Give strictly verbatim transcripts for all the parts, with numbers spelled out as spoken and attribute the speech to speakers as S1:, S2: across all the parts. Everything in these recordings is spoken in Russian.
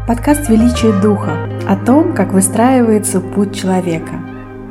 S1: Подкаст «Величие духа» о том, как выстраивается путь человека.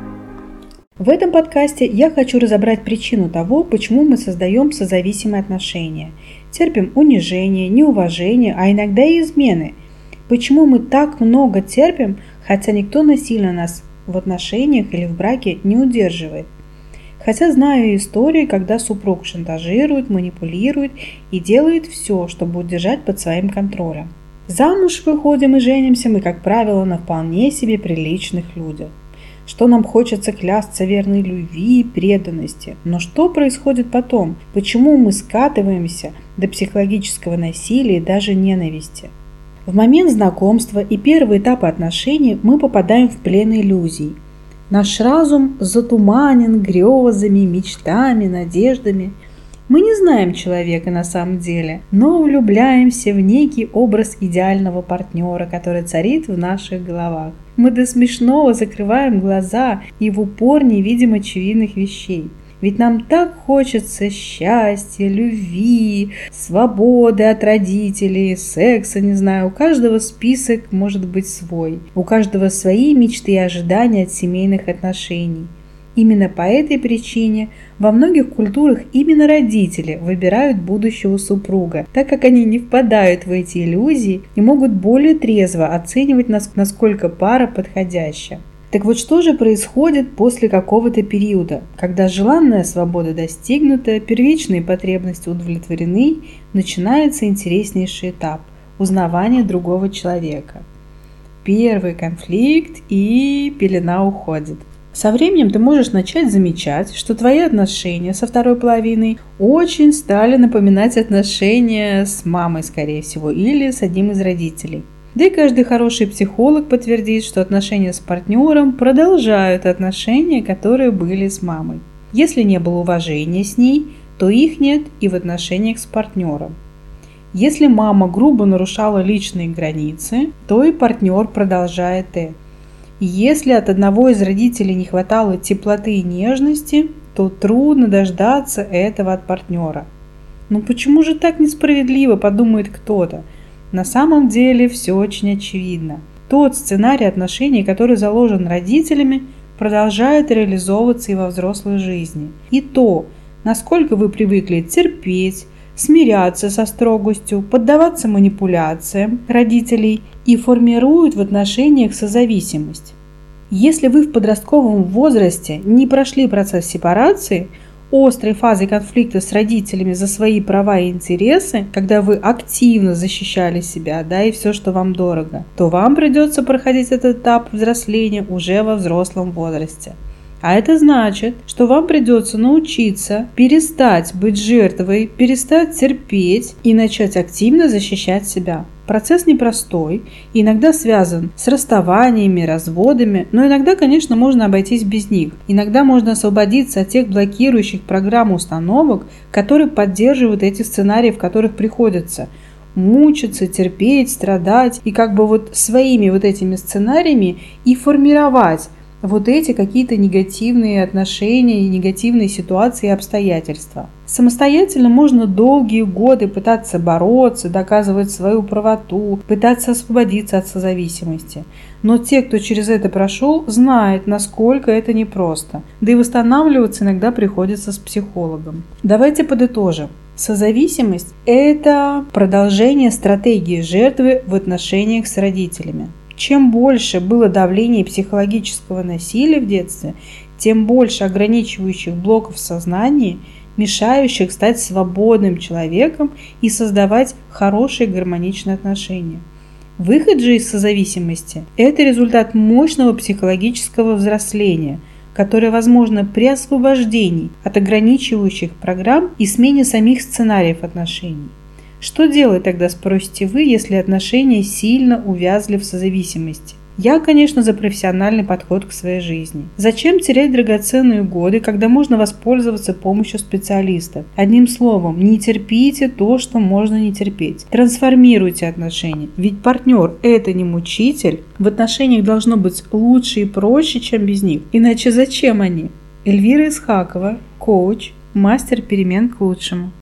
S1: В этом подкасте я хочу разобрать причину того, почему мы создаем созависимые отношения, терпим унижение, неуважение, а иногда и измены. Почему мы так много терпим, хотя никто насильно нас в отношениях или в браке не удерживает. Хотя знаю истории, когда супруг шантажирует, манипулирует и делает все, чтобы удержать под своим контролем. Замуж выходим и женимся мы, как правило, на вполне себе приличных людях. Что нам хочется клясться верной любви и преданности. Но что происходит потом? Почему мы скатываемся до психологического насилия и даже ненависти? В момент знакомства и первого этапа отношений мы попадаем в плен иллюзий. Наш разум затуманен грезами, мечтами, надеждами. Мы не знаем человека на самом деле, но влюбляемся в некий образ идеального партнера, который царит в наших головах. Мы до смешного закрываем глаза и в упор не видим очевидных вещей. Ведь нам так хочется счастья, любви, свободы от родителей, секса, не знаю. У каждого список может быть свой. У каждого свои мечты и ожидания от семейных отношений. Именно по этой причине во многих культурах именно родители выбирают будущего супруга, так как они не впадают в эти иллюзии и могут более трезво оценивать, насколько пара подходящая. Так вот, что же происходит после какого-то периода, когда желанная свобода достигнута, первичные потребности удовлетворены, начинается интереснейший этап – узнавание другого человека. Первый конфликт, и пелена уходит. Со временем ты можешь начать замечать, что твои отношения со второй половиной очень стали напоминать отношения с мамой, скорее всего, или с одним из родителей. Да и каждый хороший психолог подтвердит, что отношения с партнером продолжают отношения, которые были с мамой. Если не было уважения с ней, то их нет и в отношениях с партнером. Если мама грубо нарушала личные границы, то и партнер продолжает это. Если от одного из родителей не хватало теплоты и нежности, то трудно дождаться этого от партнера. Ну почему же так несправедливо, подумает кто-то? На самом деле все очень очевидно. Тот сценарий отношений, который заложен родителями, продолжает реализовываться и во взрослой жизни. И то, насколько вы привыкли терпеть, смиряться со строгостью, поддаваться манипуляциям родителей и формируют в отношениях созависимость. Если вы в подростковом возрасте не прошли процесс сепарации, острой фазы конфликта с родителями за свои права и интересы, когда вы активно защищали себя, да, и все, что вам дорого, то вам придется проходить этот этап взросления уже во взрослом возрасте. А это значит, что вам придется научиться перестать быть жертвой, перестать терпеть и начать активно защищать себя. Процесс непростой, иногда связан с расставаниями, разводами, но иногда, конечно, можно обойтись без них. Иногда можно освободиться от тех блокирующих программ установок, которые поддерживают эти сценарии, в которых приходится мучиться, терпеть, страдать и как бы вот своими вот этими сценариями и формировать вот эти какие-то негативные отношения, негативные ситуации и обстоятельства. Самостоятельно можно долгие годы пытаться бороться, доказывать свою правоту, пытаться освободиться от созависимости. Но те, кто через это прошел, знают, насколько это непросто. Да и восстанавливаться иногда приходится с психологом. Давайте подытожим. Созависимость – это продолжение стратегии жертвы в отношениях с родителями. Чем больше было давления психологического насилия в детстве, тем больше ограничивающих блоков в сознании, мешающих стать свободным человеком и создавать хорошие гармоничные отношения. Выход же из созависимости – это результат мощного психологического взросления, которое возможно при освобождении от ограничивающих программ и смене самих сценариев отношений. Что делать тогда, спросите вы, если отношения сильно увязли в созависимости? Я, конечно, за профессиональный подход к своей жизни. Зачем терять драгоценные годы, когда можно воспользоваться помощью специалиста? Одним словом, не терпите то, что можно не терпеть. Трансформируйте отношения. Ведь партнер – это не мучитель. В отношениях должно быть лучше и проще, чем без них. Иначе зачем они? Эльвира Исхакова, коуч, мастер перемен к лучшему.